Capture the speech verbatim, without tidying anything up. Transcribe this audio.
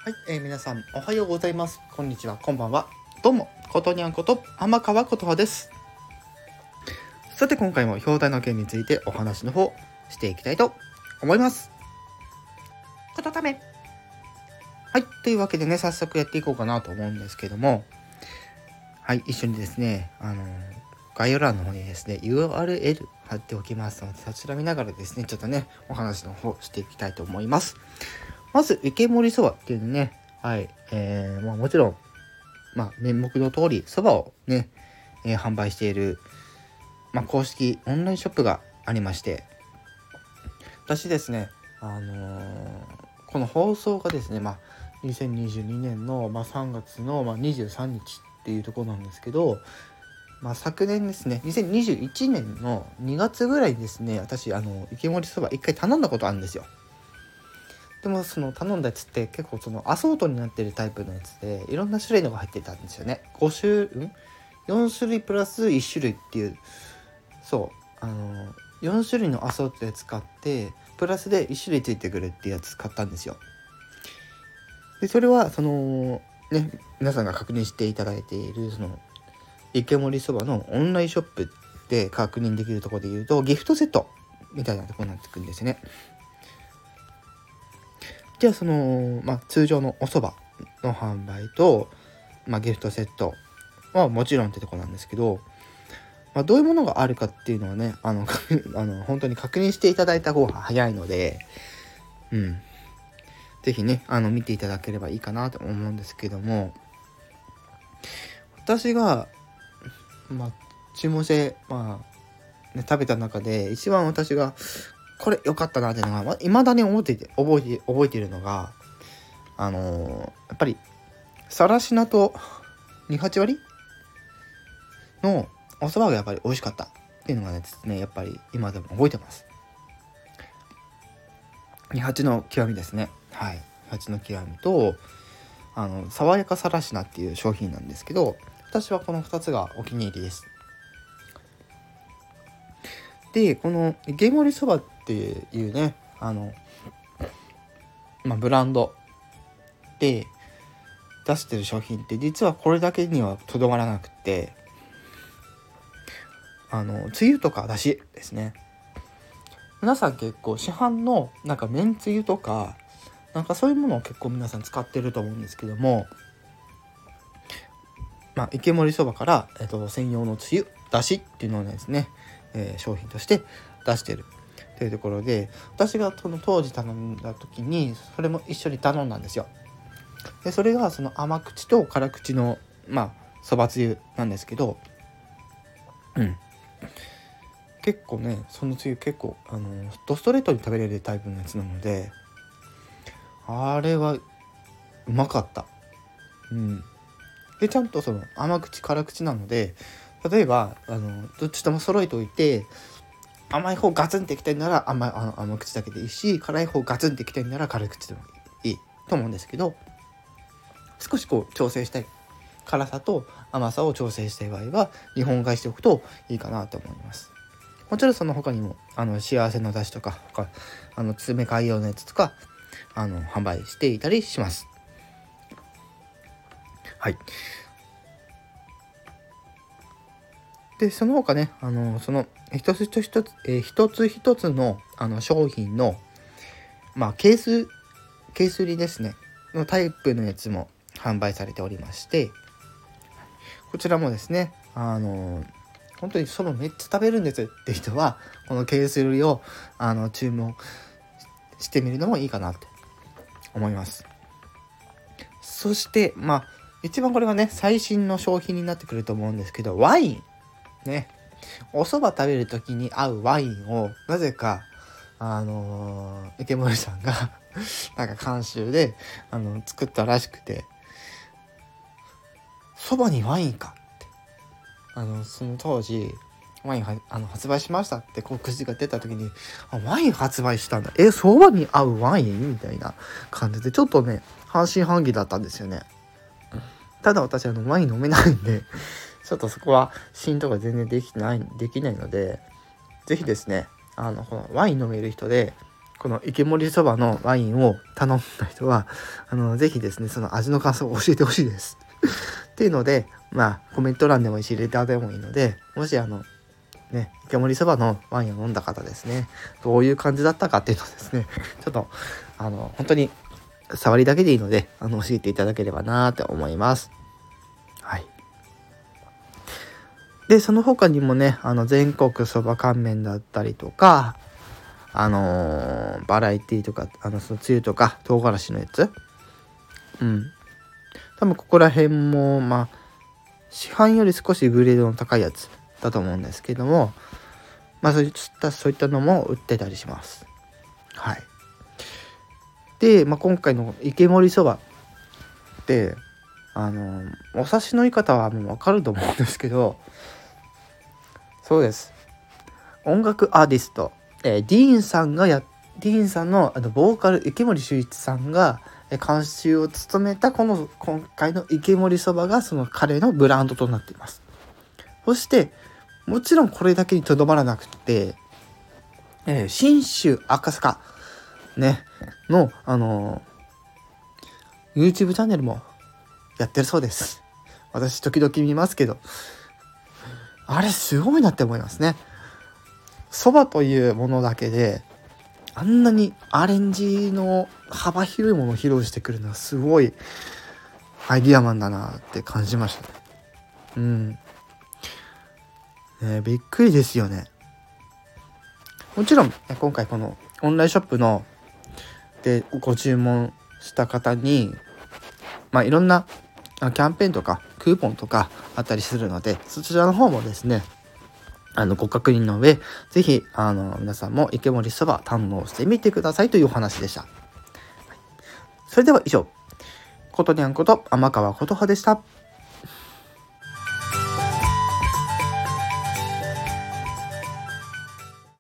はい、えー、皆さんおはようございます。こんにちは、こんばんは。どうも、ことにゃんこと天川ことはです。さて今回も表題の件についてお話の方していきたいと思います。ことため。はい、というわけでね、早速やっていこうかなと思うんですけども、はい、一緒にですね、あのー、概要欄の方にですね ユーアールエル 貼っておきますので、そちら見ながらですね、ちょっとねお話の方していきたいと思います。まず池森そばっていうね、はい、えー、まあもちろんまあ面目の通りそばをね、えー、販売している、まあ、公式オンラインショップがありまして、私ですね、あのー、この放送がですね、まあにせんにじゅうにねんの、まあ、さんがつの、まあ、にじゅうさんにちっていうところなんですけど、まあ、昨年ですねにせんにじゅういちねんのにがつぐらいにですね、私あの池森そば一回頼んだことあるんですよ。でもその頼んだやつって結構そのアソートになってるタイプのやつで、いろんな種類のが入ってたんですよね。ご種んよん種類プラスいち種類っていう、そうあのよん種類のアソートで使ってプラスでいち種類ついてくるっていうやつ買ったんですよ。でそれはそのね、皆さんが確認していただいているその池森そばのオンラインショップで確認できるところで言うと、ギフトセットみたいなところになってくるんですね。じゃあその、まあ、通常のお蕎麦の販売と、まあ、ギフトセットはもちろんってとこなんですけど、まあ、どういうものがあるかっていうのはね、あのあの本当に確認していただいた方が早いので、うん、ぜひねあの見ていただければいいかなと思うんですけども、私がまあ注文して、まあね、食べた中で一番私がこれ良かったなっていうのが、まあ、未だに覚えていて覚えて覚えているのが、あのー、やっぱりさらしなとにはち割のお蕎麦がやっぱり美味しかったっていうのがですね、やっぱり今でも覚えてます。にはちの極みですね。はい。にはちの極みと、あの爽やかさらしなっていう商品なんですけど、私はこのふたつがお気に入りです。で、この池森そばっていうね、あのまあブランドで出してる商品って実はこれだけにはとどまらなくて、あのつゆとかだしですね。皆さん結構市販のなんかめんつゆとかなんかそういうものを結構皆さん使ってると思うんですけども、まあ池森そばから、えっと、専用のつゆだしっていうのをですね、えー、商品として出してるというところで、私がその当時頼んだ時にそれも一緒に頼んだんですよ。でそれがその甘口と辛口のまあそばつゆなんですけど、うん結構ね、そのつゆ結構あのドストレートに食べれるタイプのやつなので、あれはうまかった。うん。でちゃんとその甘口辛口なので、例えばあのどっちとも揃えておいて、甘い方ガツンっていきたいなら 甘, あの甘口だけでいいし、辛い方ガツンっていきたいなら辛口でもいいと思うんですけど、少しこう調整したい、辛さと甘さを調整したい場合はにほん買いしておくといいかなと思います。もちろんその他にもあの幸せの出汁とか他あの詰め替え用のやつとかあの販売していたりします。はい。でその他ね、あのその一つ一つ、えー、一つ一つのあの商品のまあケースケース売りですねのタイプのやつも販売されておりまして、こちらもですね、あの本当にそばめっちゃ食べるんですって人はこのケース売りをあの注文してみるのもいいかなって思います。そしてまあ一番これがね最新の商品になってくると思うんですけど、ワインね、お蕎麦食べる時に合うワインをなぜかあのー、池森さんがなんか監修であの作ったらしくて、蕎麦にワインかって、あのその当時ワインはあの発売しましたって告知が出た時に、あワイン発売したんだ、え蕎麦に合うワインみたいな感じでちょっとね半信半疑だったんですよね。ただ私あのワイン飲めないんでちょっとそこは浸透が全然できないできないので、ぜひですねあのこのワイン飲める人でこの池森そばのワインを頼んだ人はあのぜひですねその味の感想を教えてほしいですっていうので、まあコメント欄でもいいしレターでもいいので、もしあのね池森そばのワインを飲んだ方ですね、どういう感じだったかっていうのをですねちょっとあの本当に触りだけでいいのであの教えていただければなと思います。はい。でその他にもねあの全国そば乾麺だったりとか、あのー、バラエティとかあのそのつゆとか唐辛子のやつ、うん多分ここら辺もまあ市販より少しグレードの高いやつだと思うんですけども、まあそういったそういったのも売ってたりします。はい。で、まあ、今回の池森そばってあのお察しの言い方はもう分かると思うんですけど、そうです、音楽アーティスト、えー、ディーンさんがやディーンさんのあのボーカル池森秀一さんが監修を務めたこの今回の池森そばがその彼のブランドとなっています。そしてもちろんこれだけにとどまらなくて、えー、信州赤坂ねのあのー、YouTube チャンネルもやってるそうです。私時々見ますけど、あれすごいなって思いますね。そばというものだけであんなにアレンジの幅広いものを披露してくるのはすごいアイディアマンだなって感じましたね。うん、ね、びっくりですよね。もちろん今回このオンラインショップのでご注文した方にまあいろんなキャンペーンとかクーポンとかあったりするので、そちらの方もですねあのご確認の上、ぜひあの皆さんも池森そば堪能してみてくださいというお話でした。はい、それでは以上、ことにゃんこと天川琴葉でした。